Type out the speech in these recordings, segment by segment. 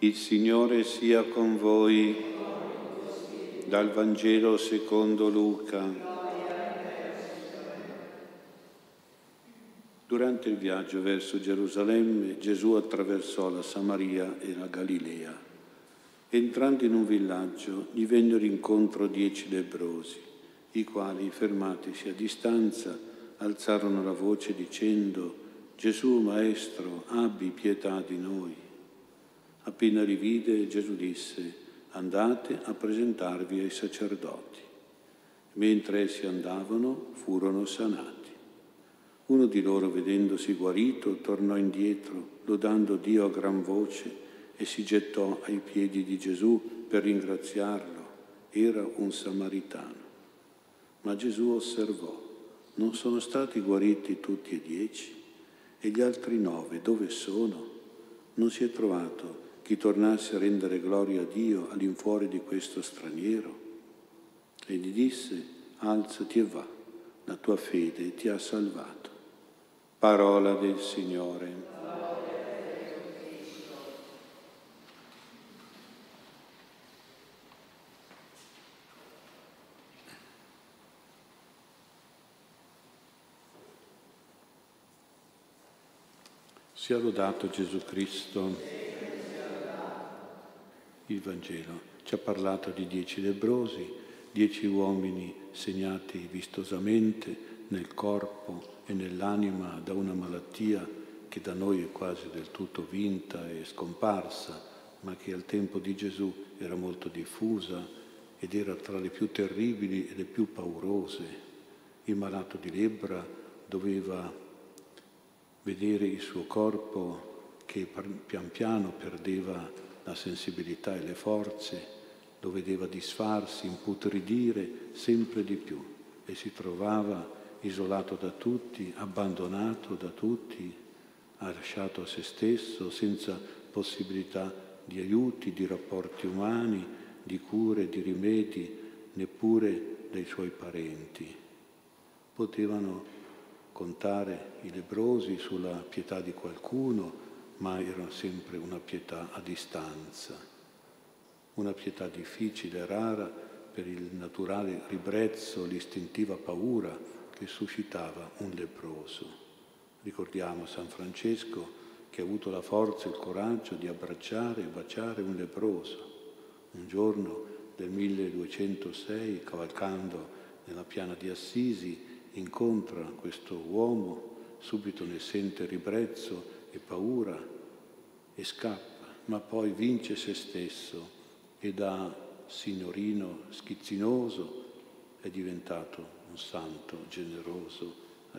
Il Signore sia con voi. Dal Vangelo secondo Luca. Durante il viaggio verso Gerusalemme, Gesù attraversò la Samaria e la Galilea. Entrando in un villaggio, gli vennero incontro 10 lebbrosi, i quali, fermatisi a distanza, alzarono la voce dicendo: «Gesù, Maestro, abbi pietà di noi». Appena li vide, Gesù disse: «Andate a presentarvi ai sacerdoti». Mentre essi andavano, furono sanati. Uno di loro, vedendosi guarito, tornò indietro, lodando Dio a gran voce, e si gettò ai piedi di Gesù per ringraziarlo. Era un samaritano. Ma Gesù osservò: non sono stati guariti tutti e 10? E gli altri 9 dove sono? Non si è trovato chi tornasse a rendere gloria a Dio all'infuori di questo straniero? E gli disse: alzati e va, la tua fede ti ha salvato. Parola del Signore. Sia lodato Gesù Cristo. Il Vangelo ci ha parlato di 10 lebbrosi, 10 uomini segnati vistosamente nel corpo e nell'anima da una malattia che da noi è quasi del tutto vinta e scomparsa, ma che al tempo di Gesù era molto diffusa ed era tra le più terribili e le più paurose. Il malato di lebbra doveva vedere il suo corpo che pian piano perdeva la sensibilità e le forze, lo vedeva disfarsi, imputridire sempre di più e si trovava isolato da tutti, abbandonato da tutti, lasciato a se stesso, senza possibilità di aiuti, di rapporti umani, di cure, di rimedi, neppure dai suoi parenti. Potevano contare i lebbrosi sulla pietà di qualcuno, ma era sempre una pietà a distanza, una pietà difficile, rara, per il naturale ribrezzo, l'istintiva paura che suscitava un lebbroso. Ricordiamo San Francesco che ha avuto la forza e il coraggio di abbracciare e baciare un lebbroso. Un giorno del 1206, cavalcando nella piana di Assisi, incontra questo uomo, subito ne sente ribrezzo e paura e scappa, ma poi vince se stesso e da signorino schizzinoso è diventato un santo generoso.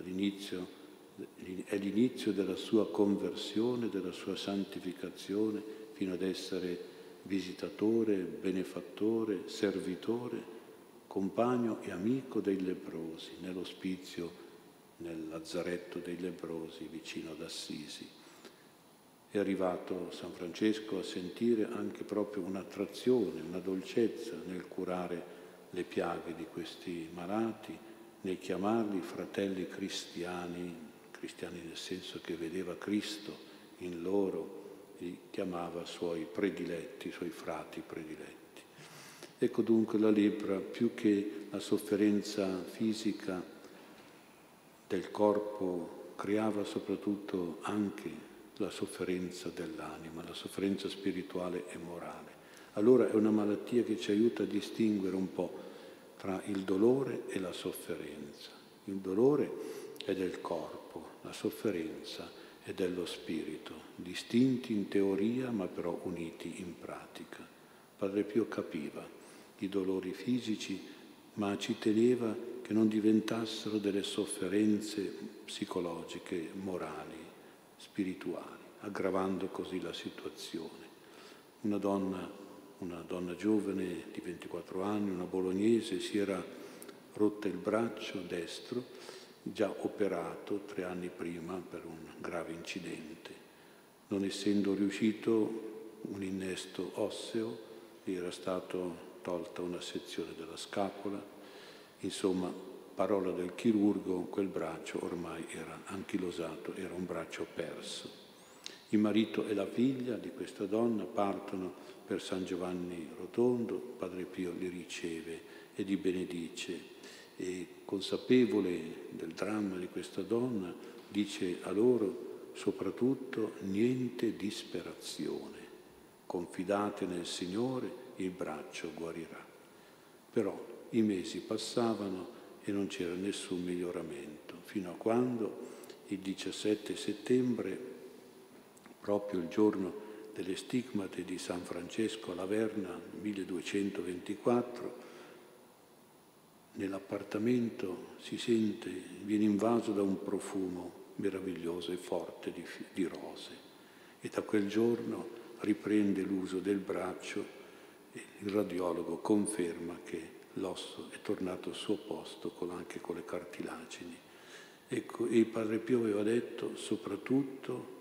È l'inizio della sua conversione, della sua santificazione, fino ad essere visitatore, benefattore, servitore, compagno e amico dei lebbrosi, nell'ospizio, nel lazzaretto dei lebbrosi vicino ad Assisi. È arrivato San Francesco a sentire anche proprio un'attrazione, una dolcezza nel curare le piaghe di questi malati, nel chiamarli fratelli cristiani, cristiani nel senso che vedeva Cristo in loro, li chiamava suoi prediletti, suoi frati prediletti. Ecco dunque la lebbra, più che la sofferenza fisica del corpo, creava soprattutto anche la sofferenza dell'anima, la sofferenza spirituale e morale. Allora è una malattia che ci aiuta a distinguere un po' tra il dolore e la sofferenza. Il dolore è del corpo, la sofferenza è dello spirito, distinti in teoria ma però uniti in pratica. Padre Pio capiva i dolori fisici, ma ci teneva che non diventassero delle sofferenze psicologiche, morali, spirituali, aggravando così la situazione. Una donna giovane di 24 anni, una bolognese, si era rotta il braccio destro, già operato 3 anni prima per un grave incidente. Non essendo riuscito un innesto osseo, gli era stato tolta una sezione della scapola. Insomma, parola del chirurgo, quel braccio ormai era anchilosato, era un braccio perso. Il marito e la figlia di questa donna partono per San Giovanni Rotondo, Padre Pio li riceve e li benedice e, consapevole del dramma di questa donna, dice a loro soprattutto niente disperazione, confidate nel Signore, il braccio guarirà. Però i mesi passavano e non c'era nessun miglioramento, fino a quando il 17 settembre, proprio il giorno delle stigmate di San Francesco a Laverna, 1224, nell'appartamento viene invaso da un profumo meraviglioso e forte di rose. E da quel giorno riprende l'uso del braccio e il radiologo conferma che l'osso è tornato al suo posto anche con le cartilagini. Ecco, e il Padre Pio aveva detto soprattutto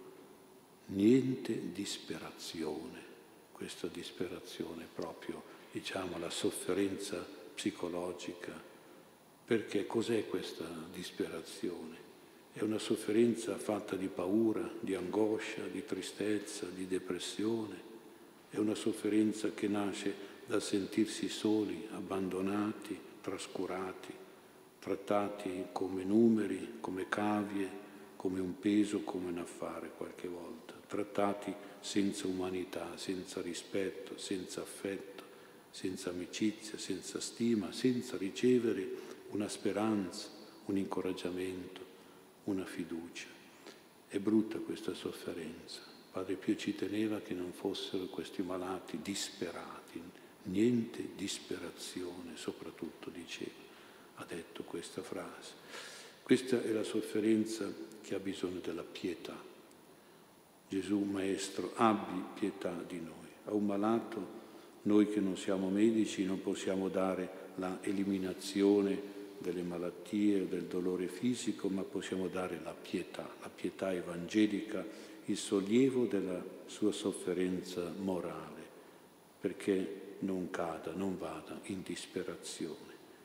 niente disperazione. Questa disperazione è proprio, la sofferenza psicologica. Perché cos'è questa disperazione? È una sofferenza fatta di paura, di angoscia, di tristezza, di depressione. È una sofferenza che nasce dal sentirsi soli, abbandonati, trascurati, trattati come numeri, come cavie, come un peso, come un affare qualche volta, trattati senza umanità, senza rispetto, senza affetto, senza amicizia, senza stima, senza ricevere una speranza, un incoraggiamento, una fiducia. È brutta questa sofferenza. Padre Pio ci teneva che non fossero questi malati disperati, niente disperazione, soprattutto diceva, ha detto questa frase. Questa è la sofferenza che ha bisogno della pietà. Gesù, Maestro, abbi pietà di noi. A un malato, noi che non siamo medici, non possiamo dare la eliminazione delle malattie o del dolore fisico, ma possiamo dare la pietà evangelica, il sollievo della sua sofferenza morale, perché non cada, non vada in disperazione.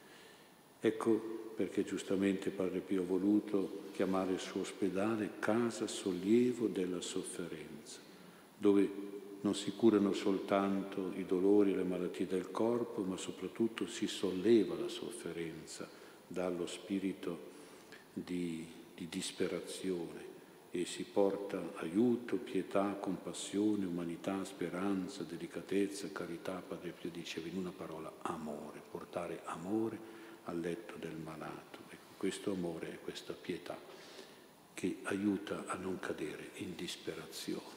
Ecco perché giustamente Padre Pio ha voluto chiamare il suo ospedale casa sollievo della sofferenza, dove non si curano soltanto i dolori e le malattie del corpo, ma soprattutto si solleva la sofferenza dallo spirito di disperazione e si porta aiuto, pietà, compassione, umanità, speranza, delicatezza, carità. Padre Pio diceva in una parola amore, portare amore al letto del malato. Ecco, questo amore è questa pietà che aiuta a non cadere in disperazione.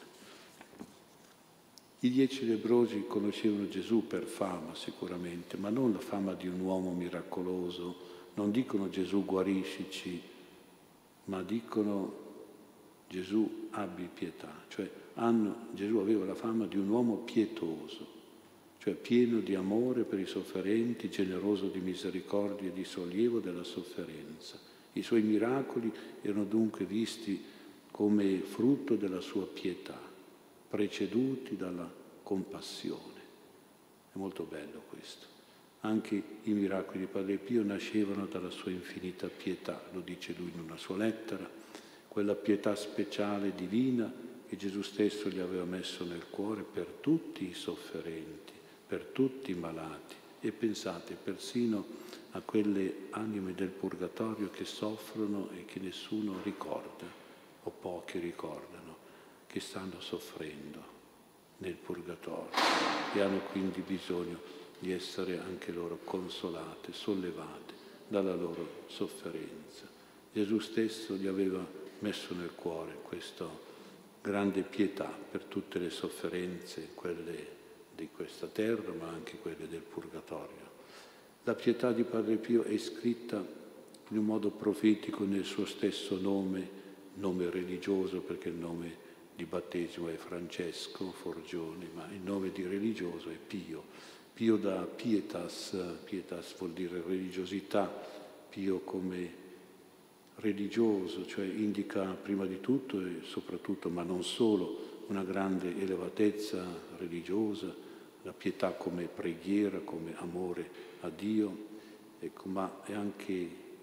I 10 lebbrosi conoscevano Gesù per fama sicuramente, ma non la fama di un uomo miracoloso. Non dicono Gesù guariscici, ma dicono Gesù abbi pietà. Cioè Gesù aveva la fama di un uomo pietoso, cioè pieno di amore per i sofferenti, generoso di misericordia e di sollievo della sofferenza. I suoi miracoli erano dunque visti come frutto della sua pietà, preceduti dalla compassione. È molto bello questo. Anche i miracoli di Padre Pio nascevano dalla sua infinita pietà, lo dice lui in una sua lettera, quella pietà speciale divina che Gesù stesso gli aveva messo nel cuore per tutti i sofferenti, per tutti i malati. E pensate persino a quelle anime del purgatorio che soffrono e che nessuno ricorda, o pochi ricordano, che stanno soffrendo nel purgatorio e hanno quindi bisogno di essere anche loro consolate, sollevate dalla loro sofferenza. Gesù stesso gli aveva messo nel cuore questa grande pietà per tutte le sofferenze, quelle di questa terra, ma anche quelle del purgatorio. La pietà di Padre Pio è scritta in un modo profetico nel suo stesso nome religioso, perché il nome di battesimo è Francesco Forgioni, ma il nome di religioso è Pio. Pio da pietas, pietas vuol dire religiosità, Pio come religioso, cioè indica prima di tutto e soprattutto, ma non solo, una grande elevatezza religiosa, la pietà come preghiera, come amore a Dio, ecco, ma è anche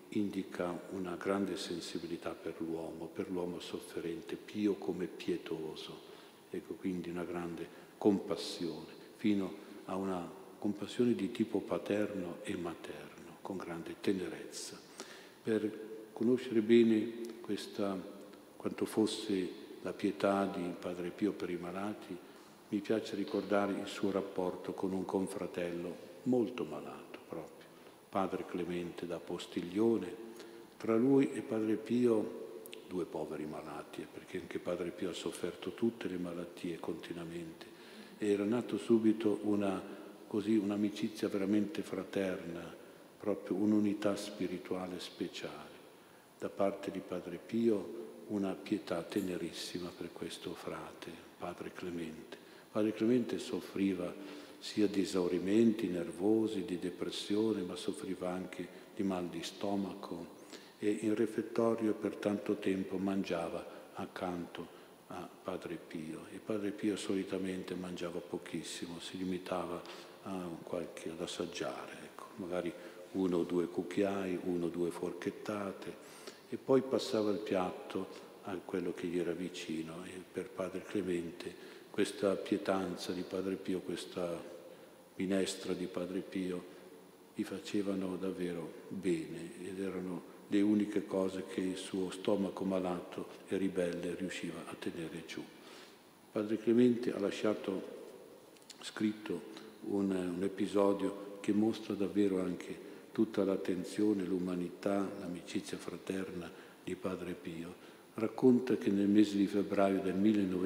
indica una grande sensibilità per l'uomo sofferente, Pio come pietoso, ecco, quindi una grande compassione, fino a una compassione di tipo paterno e materno, con grande tenerezza. Per conoscere bene quanto fosse la pietà di Padre Pio per i malati, mi piace ricordare il suo rapporto con un confratello molto malato proprio, Padre Clemente da Postiglione. Tra lui e Padre Pio, due poveri malati, perché anche Padre Pio ha sofferto tutte le malattie continuamente, e era nato subito un'amicizia veramente fraterna, proprio un'unità spirituale speciale. Da parte di Padre Pio una pietà tenerissima per questo frate, Padre Clemente. Padre Clemente soffriva sia di esaurimenti nervosi, di depressione, ma soffriva anche di mal di stomaco e in refettorio per tanto tempo mangiava accanto a Padre Pio. E Padre Pio solitamente mangiava pochissimo, si limitava ad assaggiare, ecco, magari 1 o 2 cucchiai, 1 o 2 forchettate, e poi passava il piatto a quello che gli era vicino. E per Padre Clemente questa pietanza di Padre Pio, questa minestra di Padre Pio, gli facevano davvero bene ed erano le uniche cose che il suo stomaco malato e ribelle riusciva a tenere giù. Padre Clemente ha lasciato scritto un episodio che mostra davvero anche tutta l'attenzione, l'umanità, l'amicizia fraterna di Padre Pio. Racconta che nel mese di febbraio del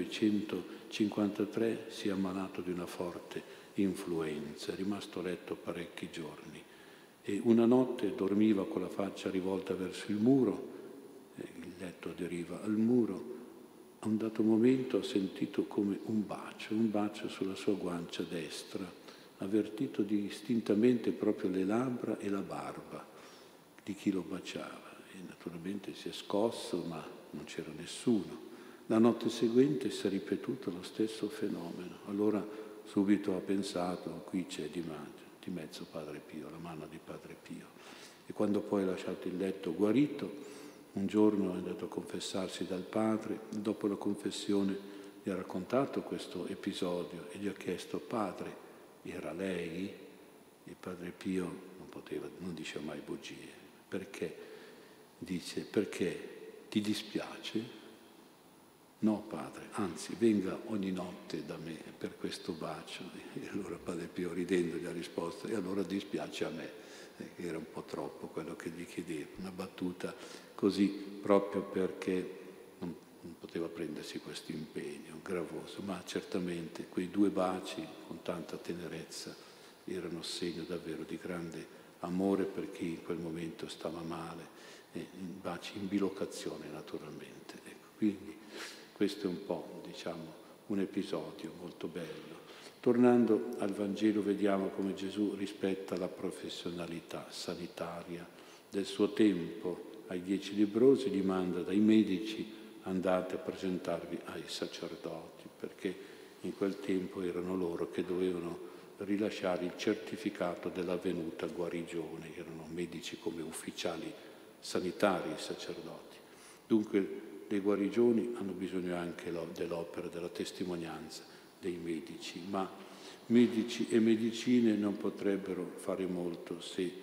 1953 si è ammalato di una forte influenza, è rimasto a letto parecchi giorni e una notte dormiva con la faccia rivolta verso il muro, il letto aderiva al muro. A un dato momento ha sentito come un bacio sulla sua guancia destra, ha avvertito distintamente proprio le labbra e la barba di chi lo baciava e naturalmente si è scosso, ma non c'era nessuno. La notte seguente si è ripetuto lo stesso fenomeno. Allora subito ha pensato, qui c'è di mezzo Padre Pio, la mano di Padre Pio. E quando poi ha lasciato il letto guarito, un giorno è andato a confessarsi dal padre, dopo la confessione gli ha raccontato questo episodio e gli ha chiesto: Padre, era lei? E Padre Pio non dice mai bugie. Perché? Dice: perché ti dispiace? No, padre, anzi, venga ogni notte da me per questo bacio. E allora Padre Pio, ridendo, gli ha risposto: e allora dispiace a me, che era un po' troppo quello che gli chiedeva, una battuta così, proprio perché non poteva prendersi questo impegno gravoso, ma certamente quei 2 baci con tanta tenerezza erano segno davvero di grande amore per chi in quel momento stava male, e baci in bilocazione naturalmente. Ecco, quindi questo è un po', un episodio molto bello. Tornando al Vangelo vediamo come Gesù rispetta la professionalità sanitaria del suo tempo. Ai 10 lebbrosi li manda dai medici: andate a presentarvi ai sacerdoti, perché in quel tempo erano loro che dovevano rilasciare il certificato dell'avvenuta guarigione, erano medici come ufficiali sanitari i sacerdoti. Dunque le guarigioni hanno bisogno anche dell'opera, della testimonianza dei medici, ma medici e medicine non potrebbero fare molto se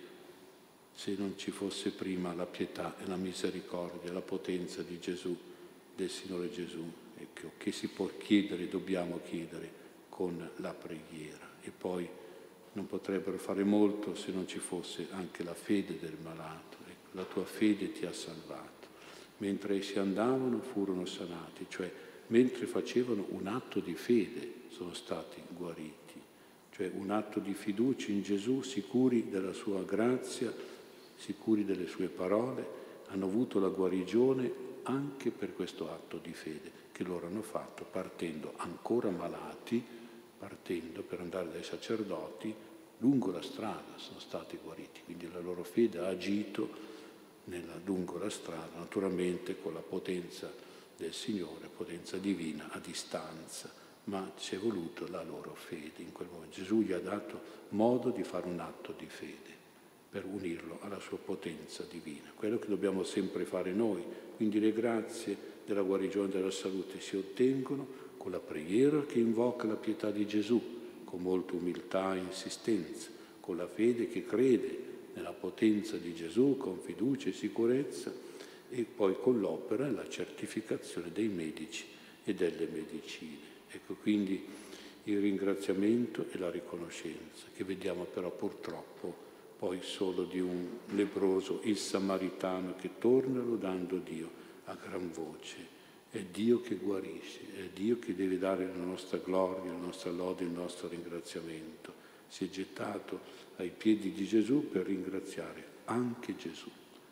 non ci fosse prima la pietà e la misericordia, la potenza di Gesù, del Signore Gesù, che si può chiedere, dobbiamo chiedere con la preghiera. E poi non potrebbero fare molto se non ci fosse anche la fede del malato. Ecco, la tua fede ti ha salvato. Mentre essi andavano furono sanati, cioè mentre facevano un atto di fede sono stati guariti, cioè un atto di fiducia in Gesù, sicuri della sua grazia, sicuri delle sue parole, hanno avuto la guarigione anche per questo atto di fede che loro hanno fatto, partendo ancora malati, partendo per andare dai sacerdoti, lungo la strada sono stati guariti, quindi la loro fede ha agito lungo la strada, naturalmente con la potenza del Signore, potenza divina a distanza, ma ci è voluto la loro fede in quel momento. Gesù gli ha dato modo di fare un atto di fede per unirlo alla sua potenza divina. Quello che dobbiamo sempre fare noi. Quindi le grazie della guarigione e della salute si ottengono con la preghiera che invoca la pietà di Gesù, con molta umiltà e insistenza, con la fede che crede nella potenza di Gesù, con fiducia e sicurezza, e poi con l'opera e la certificazione dei medici e delle medicine. Ecco quindi il ringraziamento e la riconoscenza, che vediamo però purtroppo poi solo di un leproso, il samaritano, che torna lodando Dio a gran voce. È Dio che guarisce, è Dio che deve dare la nostra gloria, la nostra lode, il nostro ringraziamento. Si è gettato ai piedi di Gesù per ringraziare anche Gesù,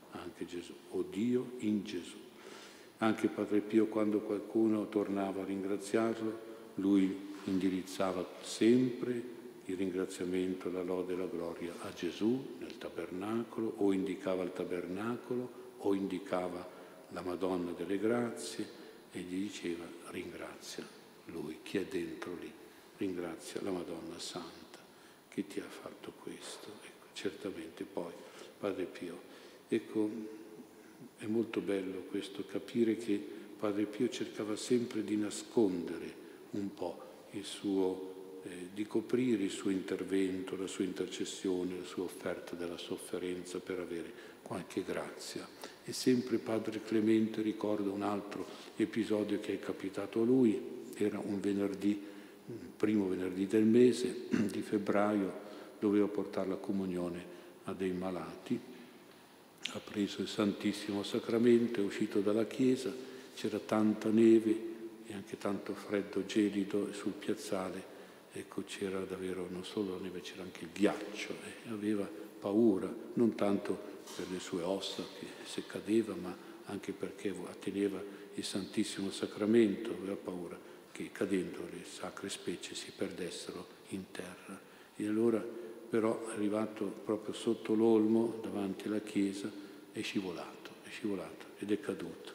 o Dio in Gesù. Anche Padre Pio, quando qualcuno tornava a ringraziarlo, lui indirizzava sempre il ringraziamento, la lode e la gloria a Gesù nel tabernacolo, o indicava il tabernacolo, o indicava la Madonna delle Grazie, e gli diceva: ringrazia lui, chi è dentro lì, ringrazia la Madonna Santa che ti ha fatto questo. Ecco, certamente poi Padre Pio, ecco, è molto bello questo, capire che Padre Pio cercava sempre di nascondere un po' il suo, di coprire il suo intervento, la sua intercessione, la sua offerta della sofferenza per avere qualche grazia. E sempre Padre Clemente ricorda un altro episodio che è capitato a lui. Era un venerdì, il primo venerdì del mese di febbraio, doveva portare la comunione a dei malati. Ha preso il Santissimo Sacramento, è uscito dalla chiesa, c'era tanta neve e anche tanto freddo gelido sul piazzale. Ecco, c'era davvero non solo la neve, c'era anche il ghiaccio, e aveva paura, non tanto per le sue ossa che se cadeva, ma anche perché teneva il Santissimo Sacramento, aveva paura che cadendo le sacre specie si perdessero in terra. E allora però è arrivato proprio sotto l'olmo davanti alla chiesa, è scivolato ed è caduto.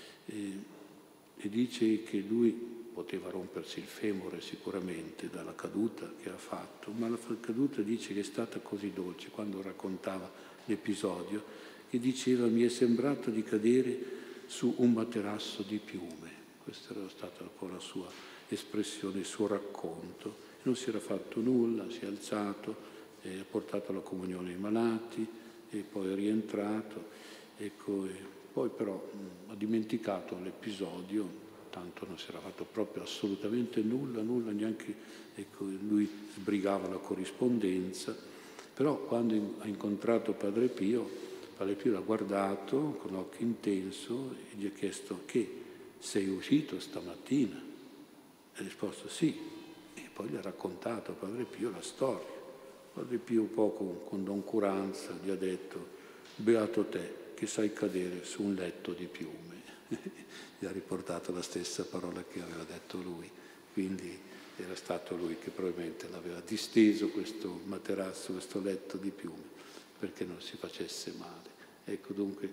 E dice che lui poteva rompersi il femore sicuramente dalla caduta che ha fatto, ma la caduta dice che è stata così dolce, quando raccontava l'episodio, che diceva: mi è sembrato di cadere su un materasso di piume. Questa era stata un po' la sua espressione, il suo racconto. Non si era fatto nulla, si è alzato, ha portato la comunione ai malati e poi è rientrato. Ecco, e poi però ha dimenticato l'episodio, tanto non si era fatto proprio assolutamente nulla, neanche, ecco, lui sbrigava la corrispondenza, però quando ha incontrato Padre Pio l'ha guardato con occhio intenso e gli ha chiesto: che sei uscito stamattina? Ha risposto sì, e poi gli ha raccontato a Padre Pio la storia. Padre Pio, un po' con noncuranza, gli ha detto: beato te che sai cadere su un letto di piume. Gli ha riportato la stessa parola che aveva detto lui, quindi era stato lui che probabilmente l'aveva disteso questo materasso, questo letto di piume, perché non si facesse male. Ecco, dunque,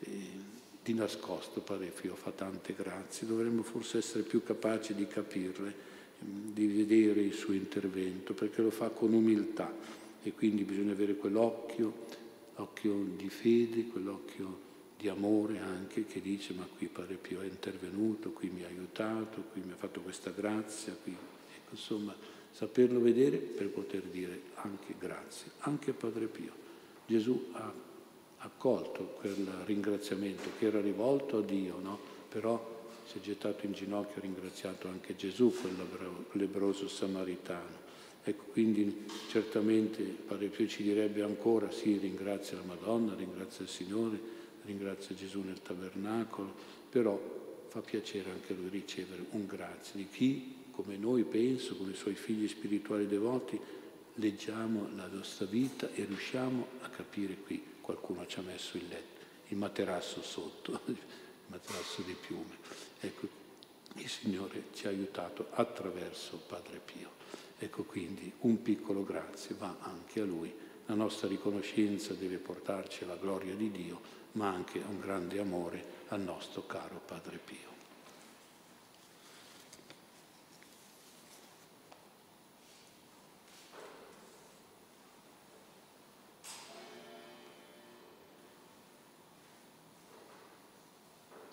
di nascosto Padre Pio fa tante grazie, dovremmo forse essere più capaci di capirle, di vedere il suo intervento, perché lo fa con umiltà, e quindi bisogna avere quell'occhio di fede, quell'occhio di amore anche, che dice: ma qui Padre Pio è intervenuto, qui mi ha aiutato, qui mi ha fatto questa grazia, qui. Ecco, insomma, saperlo vedere per poter dire anche grazie, anche a Padre Pio. Gesù ha accolto quel ringraziamento che era rivolto a Dio, no? Però si è gettato in ginocchio e ha ringraziato anche Gesù, quel lebbroso samaritano. Ecco, quindi certamente Padre Pio ci direbbe ancora: sì, ringrazia la Madonna, ringrazia il Signore, ringrazia Gesù nel tabernacolo, però fa piacere anche lui ricevere un grazie di chi, come noi, penso, come i suoi figli spirituali devoti, leggiamo la nostra vita e riusciamo a capire: qui qualcuno ci ha messo il letto, il materasso sotto, il materasso di piume. Ecco, il Signore ci ha aiutato attraverso Padre Pio. Ecco, quindi un piccolo grazie va anche a Lui. La nostra riconoscenza deve portarci alla gloria di Dio, ma anche a un grande amore al nostro caro Padre Pio.